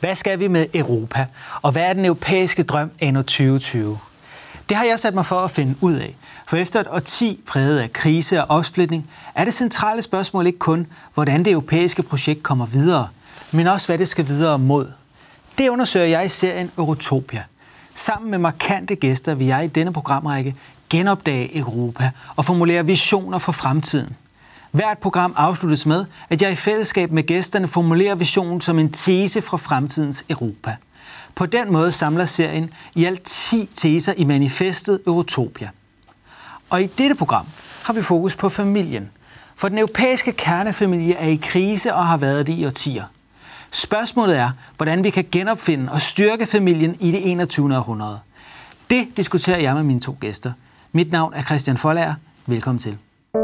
Hvad skal vi med Europa? Og hvad er den europæiske drøm anno 2020? Det har jeg sat mig for at finde ud af. For efter et årti præget af krise og opsplitning, er det centrale spørgsmål ikke kun, hvordan det europæiske projekt kommer videre, men også, hvad det skal videre mod. Det undersøger jeg i serien Eurotopia. Sammen med markante gæster vil jeg i denne programrække genopdage Europa og formulere visioner for fremtiden. Hvert program afsluttes med, at jeg i fællesskab med gæsterne formulerer visionen som en tese fra fremtidens Europa. På den måde samler serien i alt 10 teser i manifestet Eurotopia. Og i dette program har vi fokus på familien. For den europæiske kernefamilie er i krise og har været det i årtier. Spørgsmålet er, hvordan vi kan genopfinde og styrke familien i det 21. århundrede. Det diskuterer jeg med mine 2 gæster. Mit navn er Christian Folager. Velkommen til.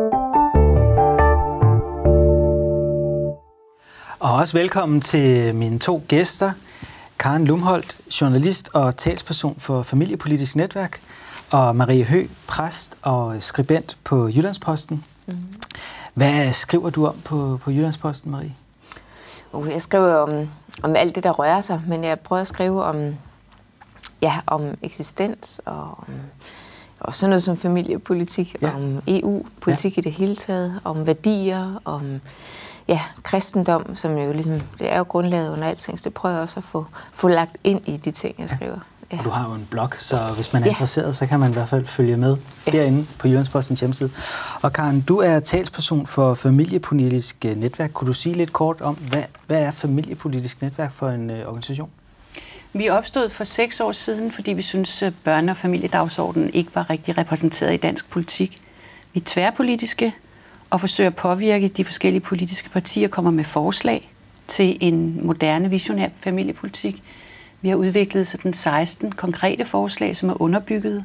Og også velkommen til mine 2 gæster. Karen Lumholt, journalist og talsperson for Familiepolitisk Netværk, og Marie Høgh, præst og skribent på Jyllandsposten. Hvad skriver du om på Jyllandsposten, Marie? Jeg skriver om alt det, der rører sig, men jeg prøver at skrive om eksistens og sådan noget som familiepolitik, om EU-politik i det hele taget, om værdier, om kristendom, som jo ligesom, det er jo grundlaget under alting, så det prøver jeg også at få lagt ind i de ting, jeg skriver. Ja. Og du har jo en blog, så hvis man er interesseret, så kan man i hvert fald følge med derinde på Jyllandspostens hjemmeside. Og Karen, du er talsperson for Familiepolitisk Netværk. Kunne du sige lidt kort om, hvad er Familiepolitisk Netværk for en organisation? Vi opstod for 6 år siden, fordi vi synes, at børne- og familiedagsordenen ikke var rigtig repræsenteret i dansk politik. Vi er tværpolitiske og forsøger at påvirke de forskellige politiske partier, kommer med forslag til en moderne, visionær familiepolitik. Vi har udviklet sådan 16 konkrete forslag, som er underbygget.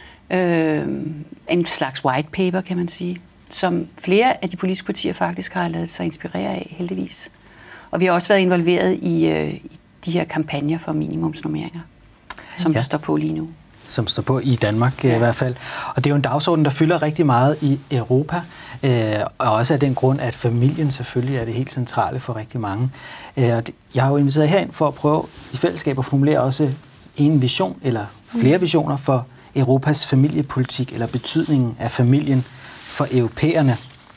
En slags white paper, kan man sige, som flere af de politiske partier faktisk har ladet sig inspirere af, heldigvis. Og vi har også været involveret i de her kampagner for minimumsnormeringer, som står på lige nu. Som står på i Danmark i hvert fald. Og det er jo en dagsorden, der fylder rigtig meget i Europa, og også af den grund, at familien selvfølgelig er det helt centrale for rigtig mange. Jeg har jo inviteret herind for at prøve i fællesskab at formulere også en vision, eller flere visioner for Europas familiepolitik, eller betydningen af familien for europæerne.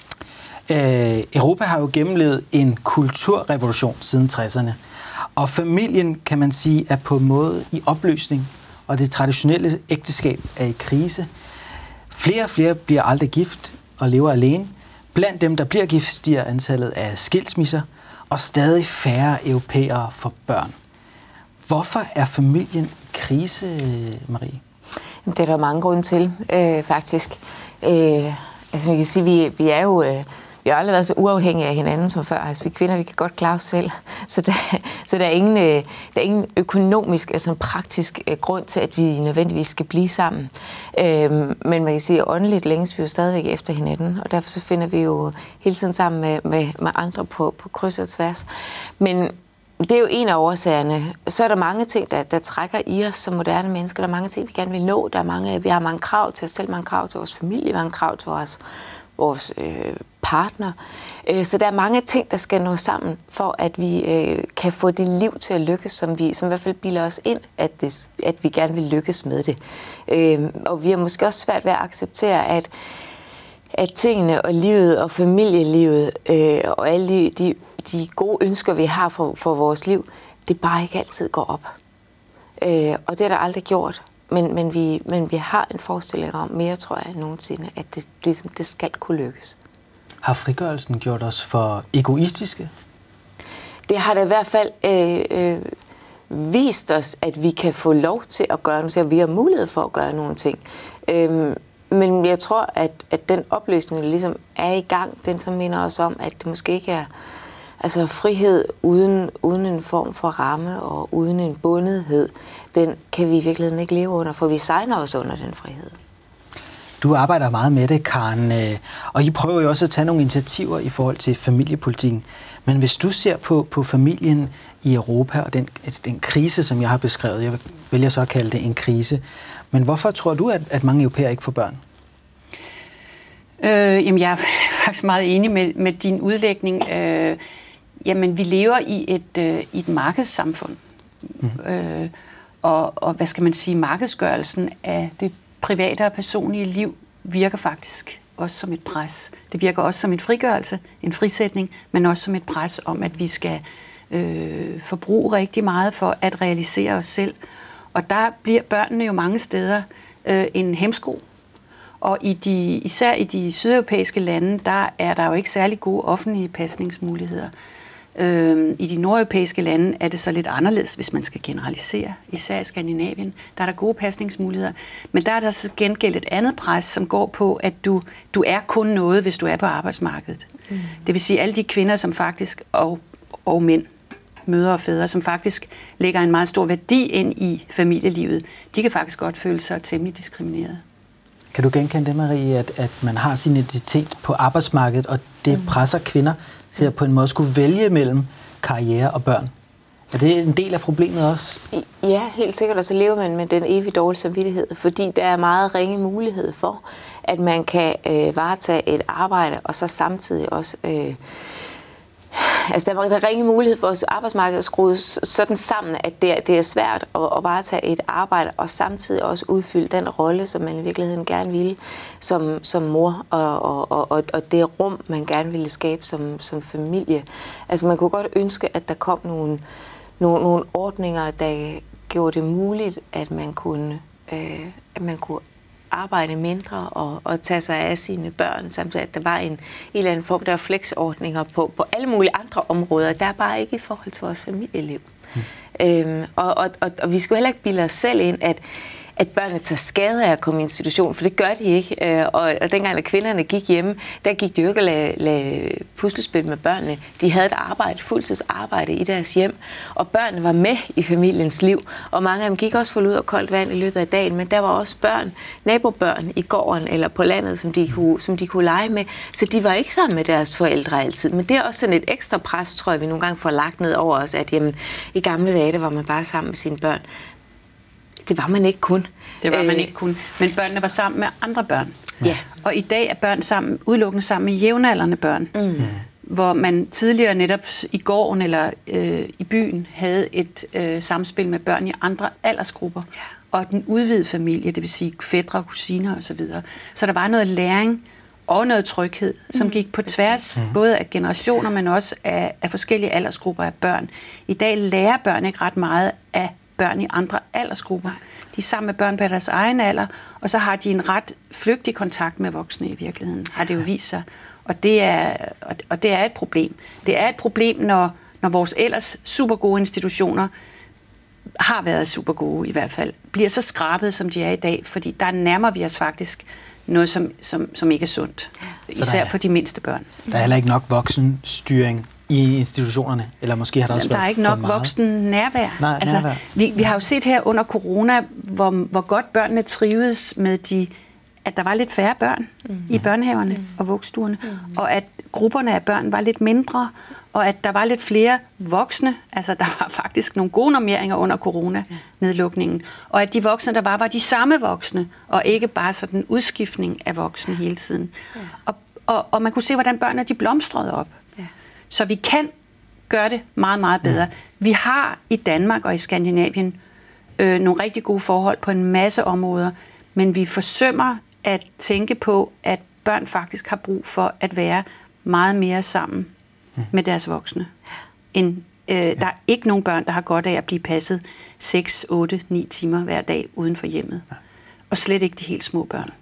Europa har jo gennemlevet en kulturrevolution siden 60'erne, og familien, kan man sige, er på en måde i opløsning, og det traditionelle ægteskab er i krise. Flere og flere bliver aldrig gift og lever alene. Blandt dem, der bliver gift, stiger antallet af skilsmisser, og stadig færre europæere får børn. Hvorfor er familien i krise, Marie? Det er der mange grunde til, faktisk. Altså man kan sige, vi er jo... Vi har aldrig været så uafhængige af hinanden som før. Altså, vi kvinder, vi kan godt klare os selv. Så der er ingen økonomisk, altså praktisk grund til, at vi nødvendigvis skal blive sammen. Men man kan sige, at åndeligt længes vi jo stadigvæk efter hinanden, og derfor så finder vi jo hele tiden sammen med andre på kryds og tværs. Men det er jo en af årsagerne. Så er der mange ting, der trækker i os som moderne mennesker. Der er mange ting, vi gerne vil nå. Vi har mange krav til os selv, mange krav til vores familie, mange krav til vores partner. Så der er mange ting, der skal nå sammen, for at vi kan få det liv til at lykkes, som i hvert fald bilder os ind, at vi gerne vil lykkes med det. Og vi har måske også svært ved at acceptere, at tingene og livet og familielivet og alle de gode ønsker, vi har for vores liv, det bare ikke altid går op. Og det er der aldrig gjort. Men vi har en forestilling om mere, tror jeg, nogensinde, at det skal kunne lykkes. Har frigørelsen gjort os for egoistiske? Det har da i hvert fald vist os, at vi kan få lov til at gøre noget, at vi har mulighed for at gøre nogle ting. Men jeg tror, at den opløsning, der ligesom er i gang, den så minder os om, at det måske ikke er frihed uden en form for ramme og uden en bundethed. Den kan vi i virkeligheden ikke leve under, for vi sejner os under den frihed. Du arbejder meget med det, Karen, og I prøver jo også at tage nogle initiativer i forhold til familiepolitikken. Men hvis du ser på familien i Europa og den krise, som jeg har beskrevet, jeg vælger så at kalde det en krise, men hvorfor tror du, at mange europæere ikke får børn? Jamen, jeg er faktisk meget enig med din udlægning. Jamen, vi lever i et markedssamfund. Og hvad skal man sige, markedsgørelsen af det private og personlige liv virker faktisk også som et pres. Det virker også som en frigørelse, en frisætning, men også som et pres om, at vi skal forbruge rigtig meget for at realisere os selv. Og der bliver børnene jo mange steder en hæmsko. Og især i de sydeuropæiske lande, der er der jo ikke særlig gode offentlige pasningsmuligheder. I de nordeuropæiske lande er det så lidt anderledes, hvis man skal generalisere. Især i Skandinavien, der er der gode pasningsmuligheder. Men der er der så gengæld et andet pres, som går på, at du er kun noget, hvis du er på arbejdsmarkedet. Det vil sige, alle de kvinder, som faktisk, og mænd, mødre og fædre, som faktisk lægger en meget stor værdi ind i familielivet, de kan faktisk godt føle sig temmelig diskrimineret. Kan du genkende det, Marie, at man har sin identitet på arbejdsmarkedet, og det presser kvinder til at på en måde skulle vælge mellem karriere og børn? Er det en del af problemet også? Ja, helt sikkert, og så lever man med den evige dårlige samvittighed, fordi der er meget ringe mulighed for, at man kan varetage et arbejde, og så samtidig også... Altså, der er ringe mulighed for, at arbejdsmarkedet er skruet sådan sammen, at det er svært at varetage et arbejde, og samtidig også udfylde den rolle, som man i virkeligheden gerne ville som mor, og det rum, man gerne ville skabe som familie. Altså, man kunne godt ønske, at der kom nogle ordninger, der gjorde det muligt, at man kunne arbejde mindre og tage sig af sine børn, samtidig at der var en eller anden form, der var flexordninger på alle mulige andre områder. Der er bare ikke i forhold til vores familieliv. Og vi skulle heller ikke bilde os selv ind, at børnene tager skade af at komme i institution, for det gør de ikke. Og dengang, at kvinderne gik hjemme, der gik de jo ikke at lave puslespil med børnene. De havde et arbejde, fuldtidsarbejde i deres hjem, og børnene var med i familiens liv. Og mange af dem gik også for lud og koldt vand i løbet af dagen, men der var også børn, nabobørn i gården eller på landet, som de kunne lege med. Så de var ikke sammen med deres forældre altid. Men det er også sådan et ekstra pres, tror jeg, vi nogle gange får lagt ned over os, at jamen, i gamle dage, der var man bare sammen med sine børn. Det var man ikke kun. Det var man ikke kun. Men børnene var sammen med andre børn. Ja. Og i dag er børn udelukkende sammen med jævnaldrende børn. Hvor man tidligere netop i gården eller i byen havde et samspil med børn i andre aldersgrupper. Ja. Og den udvidede familie, det vil sige fætre og kusiner osv. Så der var noget læring og noget tryghed, som gik på tværs både af generationer, men også af forskellige aldersgrupper af børn. I dag lærer børn ikke ret meget af børn i andre aldersgrupper. De er sammen med børn på deres egen alder, og så har de en ret flygtig kontakt med voksne i virkeligheden, har det jo vist sig. Og det er et problem. Det er et problem, når vores ellers super gode institutioner har været super gode i hvert fald, bliver så skrabet, som de er i dag, fordi der nærmer vi os faktisk noget, som ikke er sundt. Især for de mindste børn. Der er heller ikke nok voksenstyring i institutionerne, eller måske har der også været for meget. Der er ikke nok voksen nærvær. Nej, nærvær. Vi har jo set her under corona, hvor godt børnene trivedes med at der var lidt færre børn i børnehaverne og vuggestuerne, og at grupperne af børn var lidt mindre, og at der var lidt flere voksne. Altså, der var faktisk nogle gode normeringer under coronanedlukningen, og at de voksne, der var de samme voksne, og ikke bare sådan en udskiftning af voksne hele tiden. Og man kunne se, hvordan børnene de blomstrede op. Så vi kan gøre det meget, meget bedre. Vi har i Danmark og i Skandinavien nogle rigtig gode forhold på en masse områder, men vi forsømmer at tænke på, at børn faktisk har brug for at være meget mere sammen med deres voksne. Der er ikke nogen børn, der har godt af at blive passet 6, 8, 9 timer hver dag uden for hjemmet. Og slet ikke de helt små børn.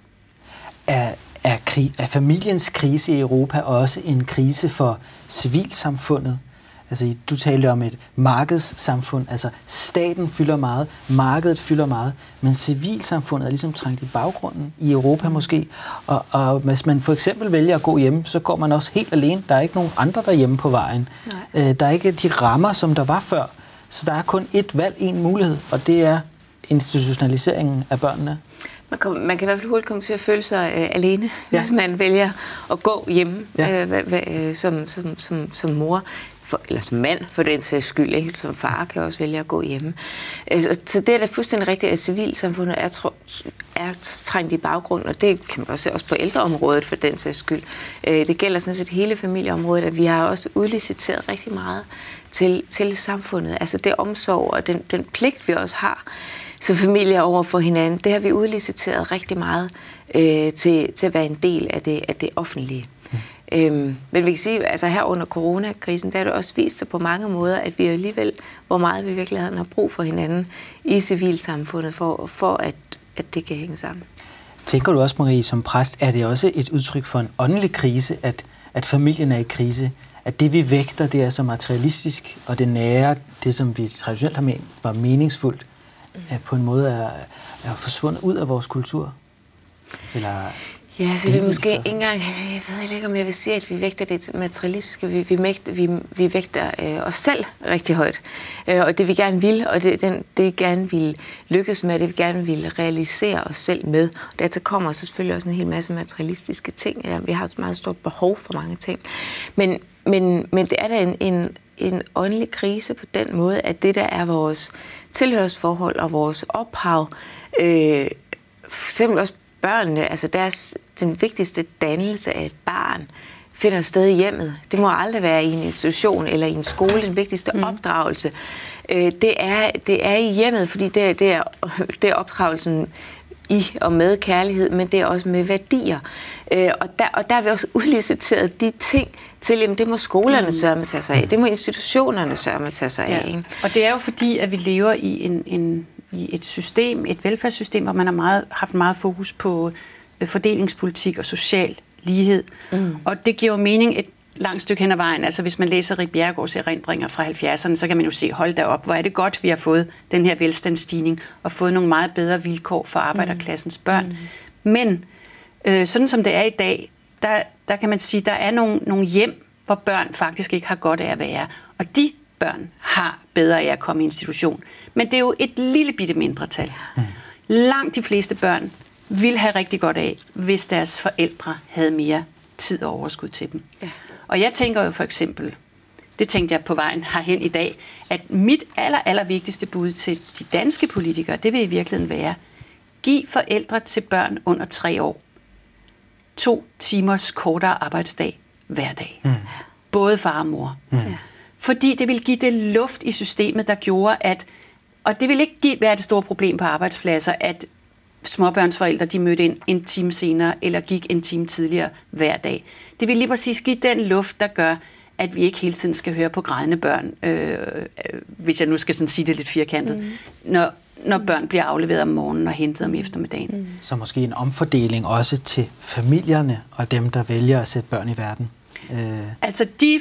Er familiens krise i Europa også en krise for civilsamfundet? Altså, du talte om et markedssamfund, altså staten fylder meget, markedet fylder meget, men civilsamfundet er ligesom trængt i baggrunden i Europa måske. Og hvis man for eksempel vælger at gå hjemme, så går man også helt alene. Der er ikke nogen andre derhjemme på vejen. Der er ikke de rammer, som der var før. Så der er kun ét valg, én mulighed, og det er institutionaliseringen af børnene. Man kan i hvert fald hurtigt komme til at føle sig alene, hvis man vælger at gå hjemme som mor. eller som mand for den sags skyld, ikke? Som far kan også vælge at gå hjemme. Så det er da fuldstændig rigtigt, at civilsamfundet er trængt i baggrund, og det kan man også på ældreområdet for den sags skyld. Det gælder sådan set hele familieområdet, at vi har også udliciteret rigtig meget til samfundet. Altså det omsorg og den pligt, vi også har som familie over for hinanden, det har vi udliciteret rigtig meget til at være en del af det offentlige. Men vi kan sige, altså her under coronakrisen, der er det også vist sig på mange måder, at vi alligevel, hvor meget vi i virkeligheden har brug for hinanden i civilsamfundet, for at det kan hænge sammen. Tænker du også, Marie, som præst, er det også et udtryk for en åndelig krise, at familien er i krise? At det, vi vægter, det er så materialistisk, og det nære, det som vi traditionelt har ment, var meningsfuldt, på en måde er forsvundet ud af vores kultur? Eller ja, så vi måske ikke engang, jeg ved ikke, om jeg vil sige, at vi vægter det materialistiske. Vi vægter os selv rigtig højt. Og det vi gerne vil, og det vi gerne vil lykkes med, det vi gerne vil realisere os selv med. Og dertil kommer selvfølgelig også en hel masse materialistiske ting. Ja, vi har et meget stort behov for mange ting. Men det er da en åndelig krise på den måde, at det der er vores tilhørsforhold og vores ophav, for eksempel også børnene, altså den vigtigste dannelse af et barn finder sted i hjemmet. Det må aldrig være i en institution eller i en skole. Den vigtigste opdragelse, det er i hjemmet, fordi det er opdragelsen i og med kærlighed, men det er også med værdier. Og der har vi også udliciteret de ting til, jamen det må skolerne sørge tage sig af, det må institutionerne sørge tage sig af. Ikke? Og det er jo fordi, at vi lever i i et system, et velfærdssystem, hvor man har haft meget fokus på fordelingspolitik og social lighed. Og det giver jo mening et langt stykke hen ad vejen. Altså hvis man læser Ritt Bjerregaards erindringer fra 70'erne, så kan man jo se, hold da op, hvor er det godt, vi har fået den her velstandsstigning og fået nogle meget bedre vilkår for arbejderklassens børn. Men sådan som det er i dag, der kan man sige, der er nogle hjem, hvor børn faktisk ikke har godt af at være. Og de børn har bedre af at komme i institution. Men det er jo et lille bitte mindretal. Langt de fleste børn vil have rigtig godt af, hvis deres forældre havde mere tid og overskud til dem. Ja. Og jeg tænker jo for eksempel, det tænkte jeg på vejen herhen i dag, at mit aller vigtigste bud til de danske politikere, det vil i virkeligheden være, giv forældre til børn under 3 år 2 timers kortere arbejdsdag hver dag. Både far og mor. Fordi det vil give det luft i systemet, der gjorde, at, og det vil ikke være et stort problem på arbejdspladser, at småbørnsforældre, de mødte ind en time senere, eller gik en time tidligere hver dag. Det vil lige præcis give den luft, der gør, at vi ikke hele tiden skal høre på grædende børn, hvis jeg nu skal sådan sige det lidt firkantet, når børn bliver afleveret om morgenen og hentet om eftermiddagen. Så måske en omfordeling også til familierne og dem, der vælger at sætte børn i verden. Altså de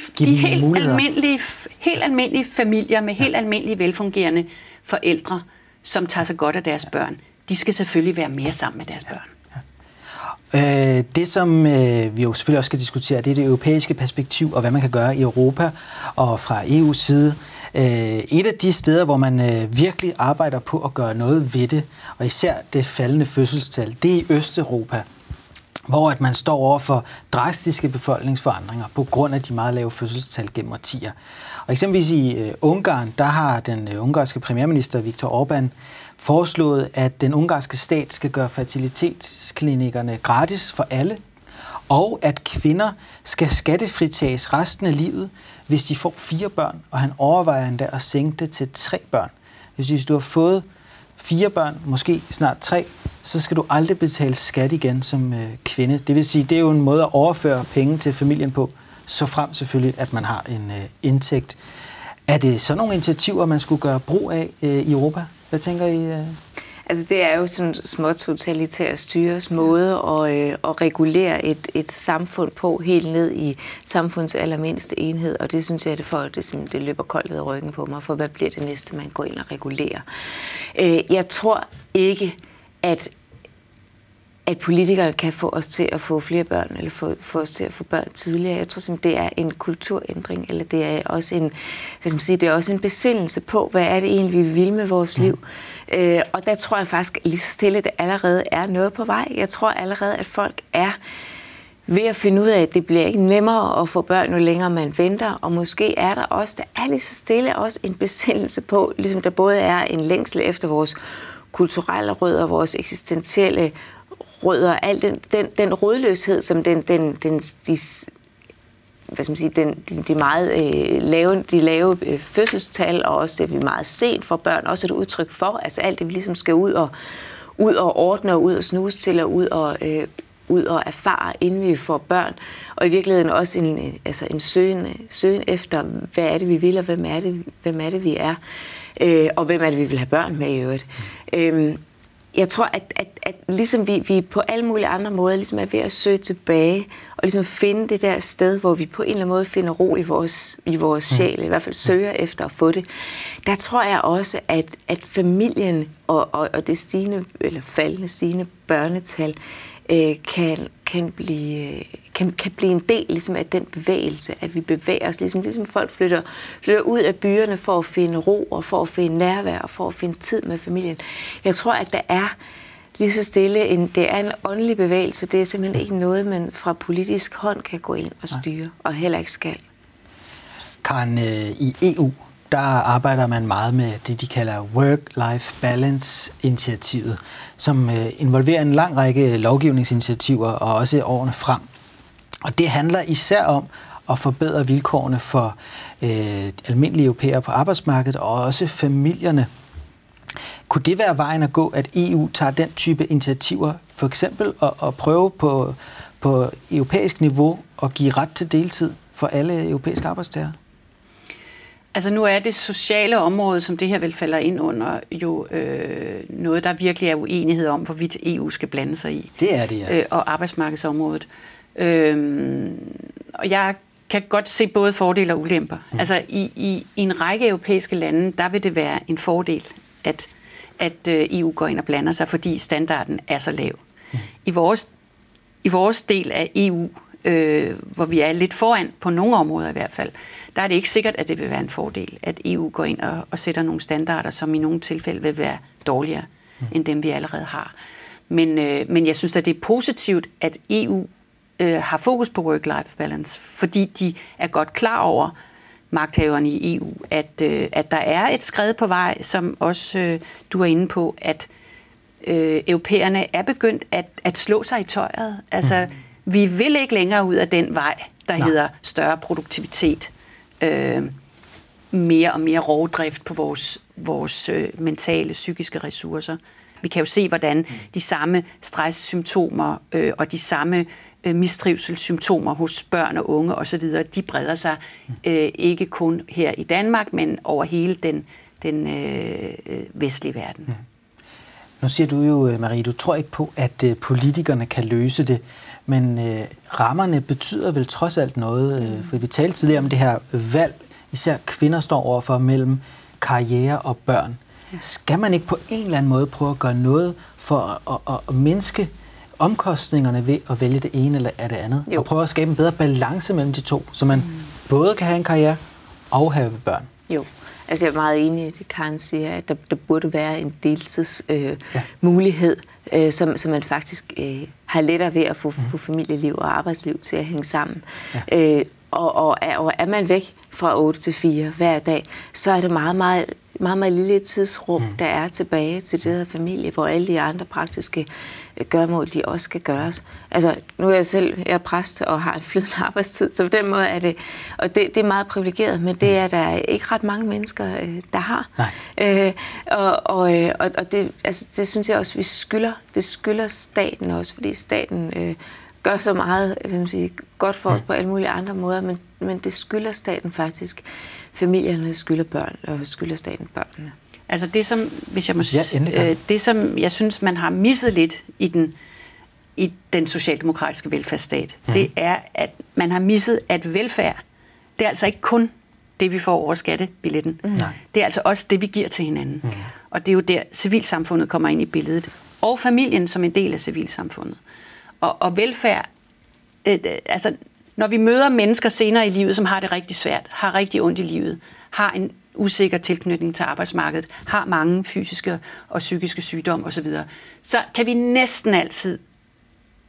helt almindelige familier med helt almindelige velfungerende forældre, som tager sig godt af deres børn, de skal selvfølgelig være mere sammen med deres børn. Det, som vi jo selvfølgelig også skal diskutere, det er det europæiske perspektiv, og hvad man kan gøre i Europa og fra EU's side. Et af de steder, hvor man virkelig arbejder på at gøre noget ved det, og især det faldende fødselstal, det er i Østeuropa, hvor at man står over for drastiske befolkningsforandringer på grund af de meget lave fødselstal gennem årtier. Og eksempelvis i Ungarn, der har den ungarske premierminister Viktor Orbán foreslået, at den ungarske stat skal gøre fertilitetsklinikkerne gratis for alle, og at kvinder skal skattefritages resten af livet, hvis de får 4 børn, og han overvejer endda at sænke det til 3 børn. Hvis du har fået 4 børn, måske snart 3, så skal du aldrig betale skat igen som kvinde. Det vil sige, det er jo en måde at overføre penge til familien på, så frem selvfølgelig, at man har en indtægt. Er det sådan nogle initiativer, man skulle gøre brug af i Europa? Hvad tænker I? Altså det er jo sådan småt totalitære styres måde at regulere et samfund på helt ned i samfundets allermindste enhed, og det synes jeg, det løber koldt ned ad ryggen på mig, for hvad bliver det næste, man går ind og regulerer. Jeg tror ikke, at politikere kan få os til at få flere børn, eller få os til at få børn tidligere. Jeg tror simpelthen, det er en kulturændring, eller det er også det er også en besindelse på, hvad er det egentlig, vi vil med vores liv. Og der tror jeg faktisk lige så stille, at det allerede er noget på vej. Jeg tror allerede, at folk er ved at finde ud af, at det bliver ikke nemmere at få børn, jo længere man venter, og måske er der også, der er lige så stille også en besindelse på, ligesom der både er en længsel efter vores kulturelle rødder, vores eksistentielle rødder, al den rodløshed, som de lave fødselstal, og også det, vi meget sent for børn, også et udtryk for, altså alt det, vi ligesom skal ud og ordne, og ud og snuse til, og ud og erfare, inden vi får børn. Og i virkeligheden også en søgen efter, hvad er det, vi vil, og hvem er det, vi er, og hvem er det, vi vil have børn med i øvrigt. Jeg tror, at ligesom vi på alle mulige andre måder ligesom er ved at søge tilbage, og ligesom finde det der sted, hvor vi på en eller anden måde finder ro i vores sjæl, i hvert fald søger efter at få det. Der tror jeg også, at familien og det faldende børnetal kan blive en del ligesom, af den bevægelse, at vi bevæger os, ligesom folk flytter ud af byerne for at finde ro, og for at finde nærvær, og for at finde tid med familien. Jeg tror, at der er lige så stille, det er en åndelig bevægelse, det er simpelthen ikke noget, man fra politisk hånd kan gå ind og styre, og heller ikke skal. Karen, i EU, der arbejder man meget med det, de kalder Work-Life Balance-initiativet, som involverer en lang række lovgivningsinitiativer og også årene frem. Og det handler især om at forbedre vilkårene for almindelige europæere på arbejdsmarkedet og også familierne. Kunne det være vejen at gå, at EU tager den type initiativer, for eksempel at prøve på europæisk niveau at give ret til deltid for alle europæiske arbejdstagere? Altså nu er det sociale område, som det her vel falder ind under, jo noget, der virkelig er uenighed om, hvorvidt EU skal blande sig i. Det er det, ja. Og arbejdsmarkedsområdet. Og jeg kan godt se både fordele og ulemper. Altså i en række europæiske lande, der vil det være en fordel, at EU går ind og blander sig, fordi standarden er så lav. I vores del af EU, hvor vi er lidt foran på nogle områder i hvert fald, der er det ikke sikkert, at det vil være en fordel, at EU går ind og sætter nogle standarder, som i nogle tilfælde vil være dårligere end dem, vi allerede har. Men jeg synes, at det er positivt, at EU har fokus på work-life balance, fordi de er godt klar over, magthaverne i EU, at der er et skred på vej, som også du er inde på, at europæerne er begyndt at slå sig i tøjet. Altså, vi vil ikke længere ud af den vej, der hedder større produktivitet, mere og mere rovdrift på vores mentale, psykiske ressourcer. Vi kan jo se, hvordan de samme stresssymptomer og de samme mistrivselssymptomer hos børn og unge osv., de breder sig ikke kun her i Danmark, men over hele den vestlige verden. Nu siger du jo, Marie, du tror ikke på, at politikerne kan løse det, men rammerne betyder vel trods alt noget, for vi talte tidligere om det her valg, især kvinder står overfor mellem karriere og børn. Ja. Skal man ikke på en eller anden måde prøve at gøre noget for at mindske omkostningerne ved at vælge det ene eller det andet? Jo. Og prøve at skabe en bedre balance mellem de to, så man både kan have en karriere og have børn? Jo. Altså jeg er meget enig i det, Karen siger, at der burde være en deltidsmulighed, så man faktisk har lettere ved at få familieliv og arbejdsliv til at hænge sammen. Ja. Og er man væk fra 8 til 4 hver dag, så er det meget, meget lille tidsrum, der er tilbage til det her familie, hvor alle de andre praktiske gørmål, de også skal gøres. Altså, nu er jeg er præst og har en flydende arbejdstid, så på den måde er det, og det er meget privilegeret, men det er der ikke ret mange mennesker, der har. Og det synes jeg også, vi skylder. Det skylder staten også, fordi staten gør så meget godt for os på alle mulige andre måder, men det skylder staten faktisk. Familierne skylder børn, og skylder staten børnene. Altså det, som, hvis jeg må det, som jeg synes, man har misset lidt i den socialdemokratiske velfærdsstat, det er, at man har misset, at velfærd, det er altså ikke kun det, vi får over skattebilletten. Det er altså også det, vi giver til hinanden. Og det er jo der, civilsamfundet kommer ind i billedet. Og familien som en del af civilsamfundet. Og velfærd, altså når vi møder mennesker senere i livet, som har det rigtig svært, har rigtig ondt i livet, har en usikker tilknytning til arbejdsmarkedet, har mange fysiske og psykiske sygdomme osv., så kan vi næsten altid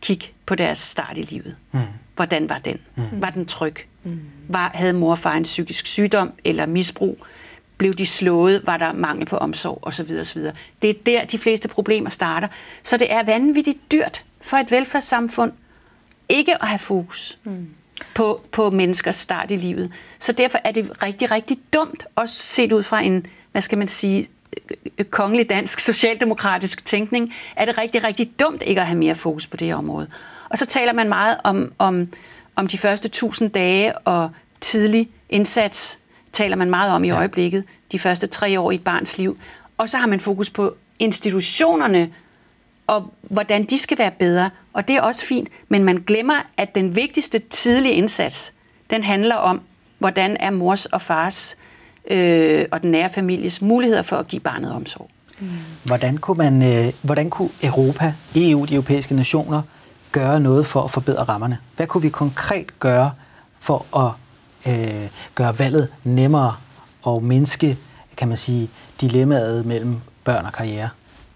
kigge på deres start i livet. Hvordan var den? Var den tryg? Havde mor og far en psykisk sygdom eller misbrug? Blev de slået? Var der mangel på omsorg? Og så videre, så videre. Det er der, de fleste problemer starter. Så det er vanvittigt dyrt for et velfærdssamfund ikke at have fokus på menneskers start i livet. Så derfor er det rigtig, rigtig dumt, også set ud fra en, hvad skal man sige, kongelig dansk socialdemokratisk tænkning, er det rigtig, rigtig dumt ikke at have mere fokus på det her område. Og så taler man meget om de første 1000 dage og tidlig indsats, taler man meget om i øjeblikket, de første 3 år i et barns liv. Og så har man fokus på institutionerne, og hvordan de skal være bedre. Og det er også fint, men man glemmer, at den vigtigste tidlige indsats, den handler om, hvordan er mors og fars og den nære families muligheder for at give barnet omsorg. Hvordan kunne Europa, EU, de europæiske nationer, gøre noget for at forbedre rammerne? Hvad kunne vi konkret gøre for at gøre valget nemmere og mindske, kan man sige, dilemmaet mellem børn og karriere?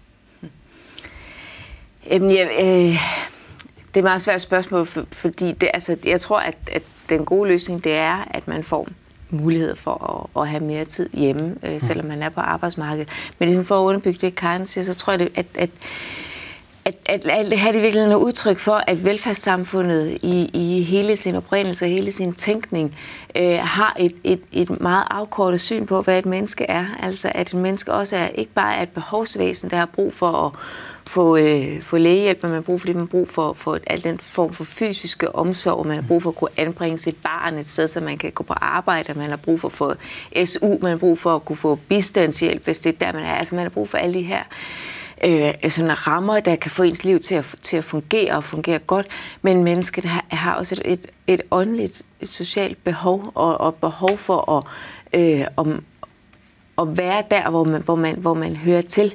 Det er et meget svært spørgsmål, fordi jeg tror, at den gode løsning, det er, at man får mulighed for at have mere tid hjemme, selvom man er på arbejdsmarkedet. Men ligesom for at underbygge det, Karen siger, så tror jeg, at alt det her det virkelig er udtryk for, at velfærdssamfundet i hele sin oprindelse og hele sin tænkning har et meget afkortet syn på, hvad et menneske er. Altså, at et menneske også er ikke bare et behovsvæsen, der har brug for at få lægehjælp, men man har brug for det, man har brug for al den form for fysiske omsorg, man har brug for at kunne anbringe sit barn et sted, så man kan gå på arbejde, man har brug for at få SU, man har brug for at kunne få bistandshjælp, hvis det er der, man er. Altså, man har brug for alle de her sådan rammer, der kan få ens liv til at fungere og fungere godt, men mennesket har også et åndeligt, et socialt behov og behov for at være der, hvor man hører til.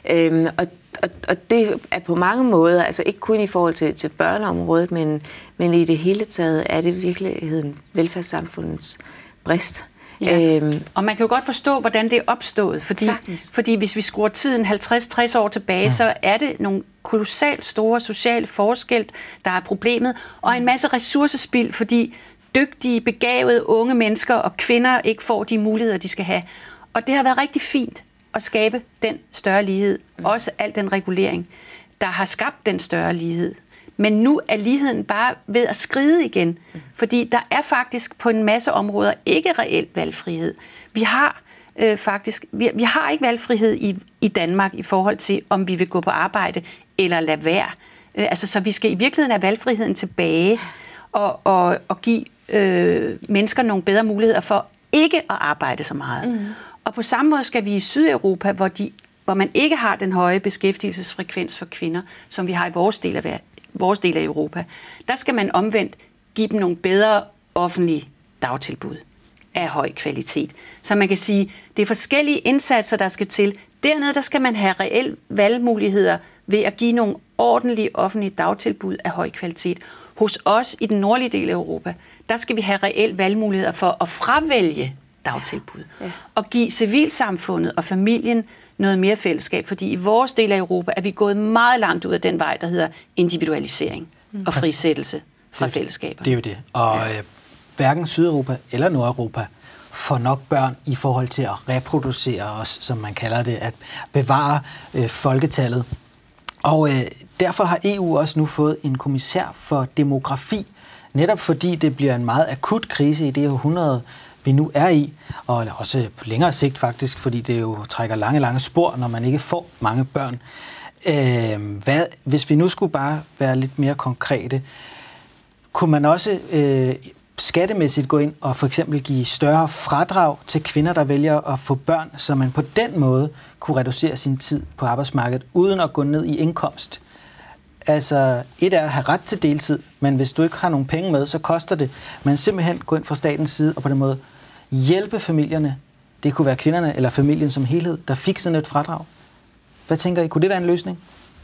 Og det er på mange måder, altså ikke kun i forhold til børneområdet, men i det hele taget er det virkeligheden velfærdssamfundets brist. Ja. Og man kan jo godt forstå, hvordan det er opstået, fordi hvis vi skruer tiden 50-60 år tilbage, så er det nogle kolossalt store sociale forskelle, der er problemet, og en masse ressourcespild, fordi dygtige, begavede unge mennesker og kvinder ikke får de muligheder, de skal have. Og det har været rigtig fint at skabe den større lighed, også al den regulering, der har skabt den større lighed. Men nu er ligheden bare ved at skride igen, fordi der er faktisk på en masse områder ikke reelt valgfrihed. Vi har vi har ikke valgfrihed i Danmark i forhold til, om vi vil gå på arbejde eller lade være. Så vi skal i virkeligheden have valgfriheden tilbage og give mennesker nogle bedre muligheder for ikke at arbejde så meget. Og på samme måde skal vi i Sydeuropa, hvor man ikke har den høje beskæftigelsesfrekvens for kvinder, som vi har i vores del af Europa, der skal man omvendt give dem nogle bedre offentlige dagtilbud af høj kvalitet. Så man kan sige, det er forskellige indsatser, der skal til. Dernede, der skal man have reelle valgmuligheder ved at give nogle ordentlige offentlige dagtilbud af høj kvalitet. Hos os i den nordlige del af Europa, der skal vi have reelle valgmuligheder for at fravælge dagtilbud. Og give civilsamfundet og familien noget mere fællesskab, fordi i vores del af Europa er vi gået meget langt ud af den vej, der hedder individualisering og frisættelse fra fællesskaber. Det er jo det. Og hverken Sydeuropa eller Nordeuropa får nok børn i forhold til at reproducere os, som man kalder det, at bevare folketallet. Og derfor har EU også nu fået en kommissær for demografi, netop fordi det bliver en meget akut krise i det århundrede, vi nu er i, og også på længere sigt faktisk, fordi det jo trækker lange spor, når man ikke får mange børn. Hvis vi nu skulle bare være lidt mere konkrete, kunne man også skattemæssigt gå ind og for eksempel give større fradrag til kvinder, der vælger at få børn, så man på den måde kunne reducere sin tid på arbejdsmarkedet, uden at gå ned i indkomst. Altså, et er at have ret til deltid, men hvis du ikke har nogen penge med, så koster det. Man simpelthen gå ind fra statens side og på den måde hjælpe familierne. Det kunne være kvinderne eller familien som helhed, der fik sådan et fradrag. Hvad tænker I? Kunne det være en løsning?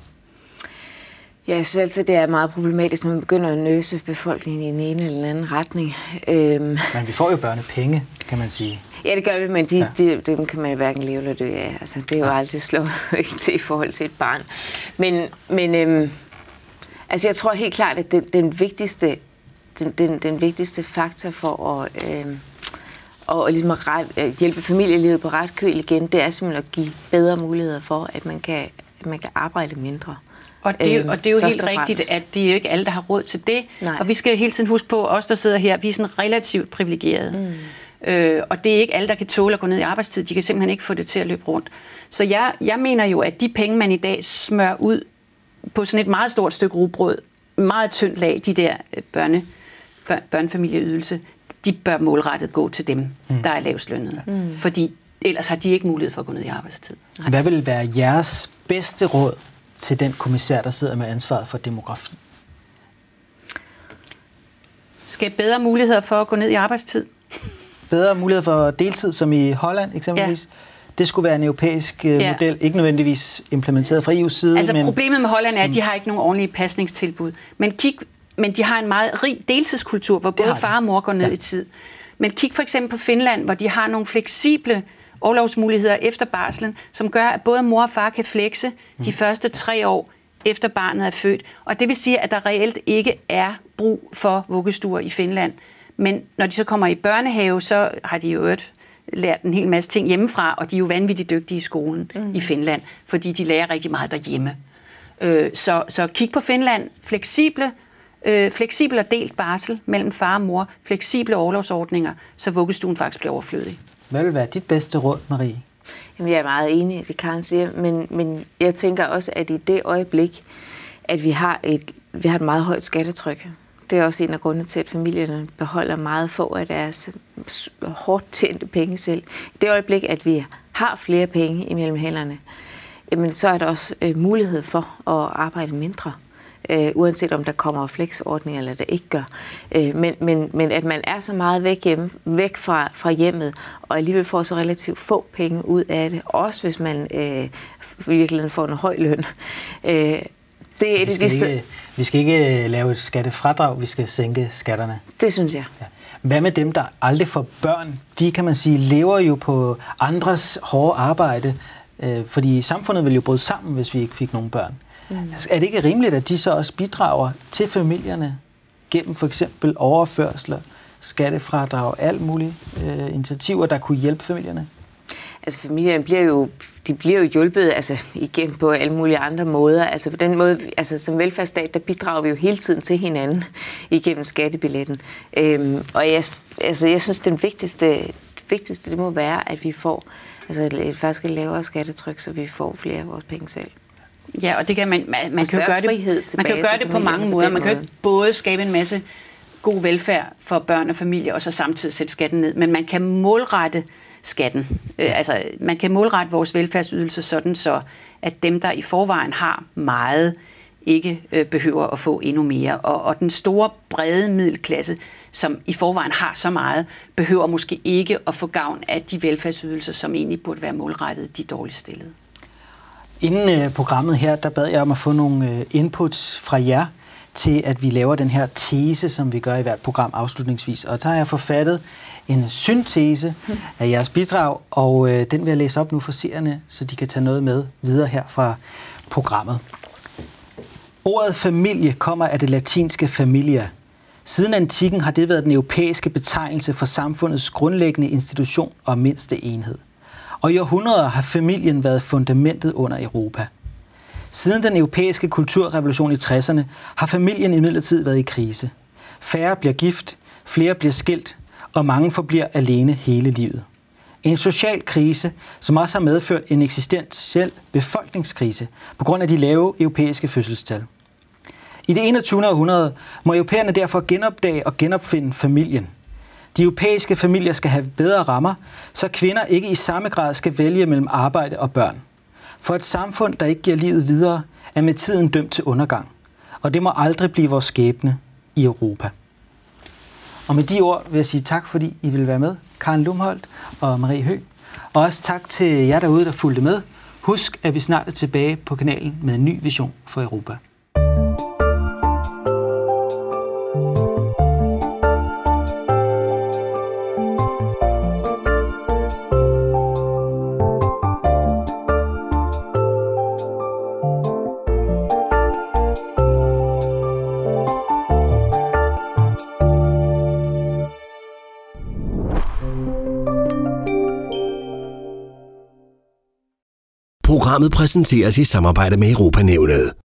Ja, jeg synes altid, det er meget problematisk, når man begynder at nøse befolkningen i en ene eller den anden retning. Men vi får jo børnepenge, kan man sige. Ja, det gør vi, men dem kan man hverken leve eller dø af. Altså, det er jo aldrig slået til i forhold til et barn. Men Altså jeg tror helt klart, at den vigtigste faktor for at ligesom hjælpe familielivet på ret køl igen, det er simpelthen at give bedre muligheder for, at man kan arbejde mindre. Og det er jo helt rigtigt, at det er jo ikke alle, der har råd til det. Nej. Og vi skal jo hele tiden huske på, os der sidder her, vi er sådan relativt privilegerede. Og det er ikke alle, der kan tåle at gå ned i arbejdstid. De kan simpelthen ikke få det til at løbe rundt. Så jeg mener jo, at de penge, man i dag smører ud på sådan et meget stort stykke rugbrød, meget tyndt lag, de der børnefamilieydelse, de bør målrettet gå til dem, der er lavestlønnede. Fordi ellers har de ikke mulighed for at gå ned i arbejdstid. Nej. Hvad vil være jeres bedste råd til den kommissær, der sidder med ansvaret for demografi? Skal bedre muligheder for at gå ned i arbejdstid? Bedre muligheder for deltid, som i Holland eksempelvis? Ja. Det skulle være en europæisk model, ikke nødvendigvis implementeret fra EU's side. Altså problemet med Holland er, at de har ikke nogen ordentlige pasningstilbud. Men de har en meget rig deltidskultur, hvor både far og mor går ned i tid. Men kig for eksempel på Finland, hvor de har nogle fleksible orlovsmuligheder efter barslen, som gør, at både mor og far kan flekse de første 3 år efter barnet er født. Og det vil sige, at der reelt ikke er brug for vuggestuer i Finland. Men når de så kommer i børnehave, så har de jo lært en hel masse ting hjemmefra, og de er jo vanvittigt dygtige i skolen i Finland, fordi de lærer rigtig meget derhjemme. Så kig på Finland. Fleksibel og delt barsel mellem far og mor, fleksible orlovsordninger, så vuggestuen faktisk bliver overflødig. Hvad vil være dit bedste råd, Marie? Jamen, jeg er meget enig i det, Karen siger, men jeg tænker også, at i det øjeblik, at vi har et meget højt skattetryk, det er også en af grundene til, at familierne beholder meget få af deres hårdt tjente penge selv. I det øjeblik, at vi har flere penge imellem hænderne, jamen, så er der også mulighed for at arbejde mindre. Uanset om der kommer fleksordninger eller der ikke gør. Men at man er så meget væk fra hjemmet, og alligevel får så relativt få penge ud af det, også hvis man virkelig får en høj løn. Vi skal ikke lave et skattefradrag, vi skal sænke skatterne. Det synes jeg. Ja. Hvad med dem, der aldrig får børn? De, kan man sige, lever jo på andres hårde arbejde, fordi samfundet ville jo bryde sammen, hvis vi ikke fik nogen børn. Er det ikke rimeligt, at de så også bidrager til familierne gennem for eksempel overførsler, skattefradrag, alt mulige initiativer, der kunne hjælpe familierne? Altså familierne bliver jo hjulpet igen på alle mulige andre måder. Altså på den måde, som velfærdsstat, der bidrager vi jo hele tiden til hinanden igennem skattebilletten. Og jeg synes, det vigtigste det må være, at vi får faktisk et lavere skattetryk, så vi får flere af vores penge selv. Ja, og det kan man kan jo gøre det på mange måder. Man kan jo ikke både skabe en masse god velfærd for børn og familie, og så samtidig sætte skatten ned. Men man kan målrette skatten. Man kan målrette vores velfærdsydelser sådan, så at dem, der i forvejen har meget, ikke behøver at få endnu mere. Og den store, brede middelklasse, som i forvejen har så meget, behøver måske ikke at få gavn af de velfærdsydelser, som egentlig burde være målrettet de dårligt stillede. Inden programmet her, der bad jeg om at få nogle inputs fra jer til, at vi laver den her tese, som vi gør i hvert program afslutningsvis. Og så har jeg forfattet en syntese af jeres bidrag, og den vil jeg læse op nu for seerne, så de kan tage noget med videre her fra programmet. Ordet familie kommer af det latinske familia. Siden antikken har det været den europæiske betegnelse for samfundets grundlæggende institution og mindste enhed. Og i århundreder har familien været fundamentet under Europa. Siden den europæiske kulturrevolution i 60'erne har familien imidlertid været i krise. Færre bliver gift, flere bliver skilt, og mange forbliver alene hele livet. En social krise, som også har medført en eksistentiel befolkningskrise på grund af de lave europæiske fødselstal. I det 21. århundrede må europæerne derfor genopdage og genopfinde familien. De europæiske familier skal have bedre rammer, så kvinder ikke i samme grad skal vælge mellem arbejde og børn. For et samfund, der ikke giver livet videre, er med tiden dømt til undergang. Og det må aldrig blive vores skæbne i Europa. Og med de ord vil jeg sige tak, fordi I ville være med, Karen Lumholdt og Marie Høgh. Og også tak til jer derude, der fulgte med. Husk, at vi snart er tilbage på kanalen med en ny vision for Europa. Programmet præsenteres i samarbejde med Europanævnet.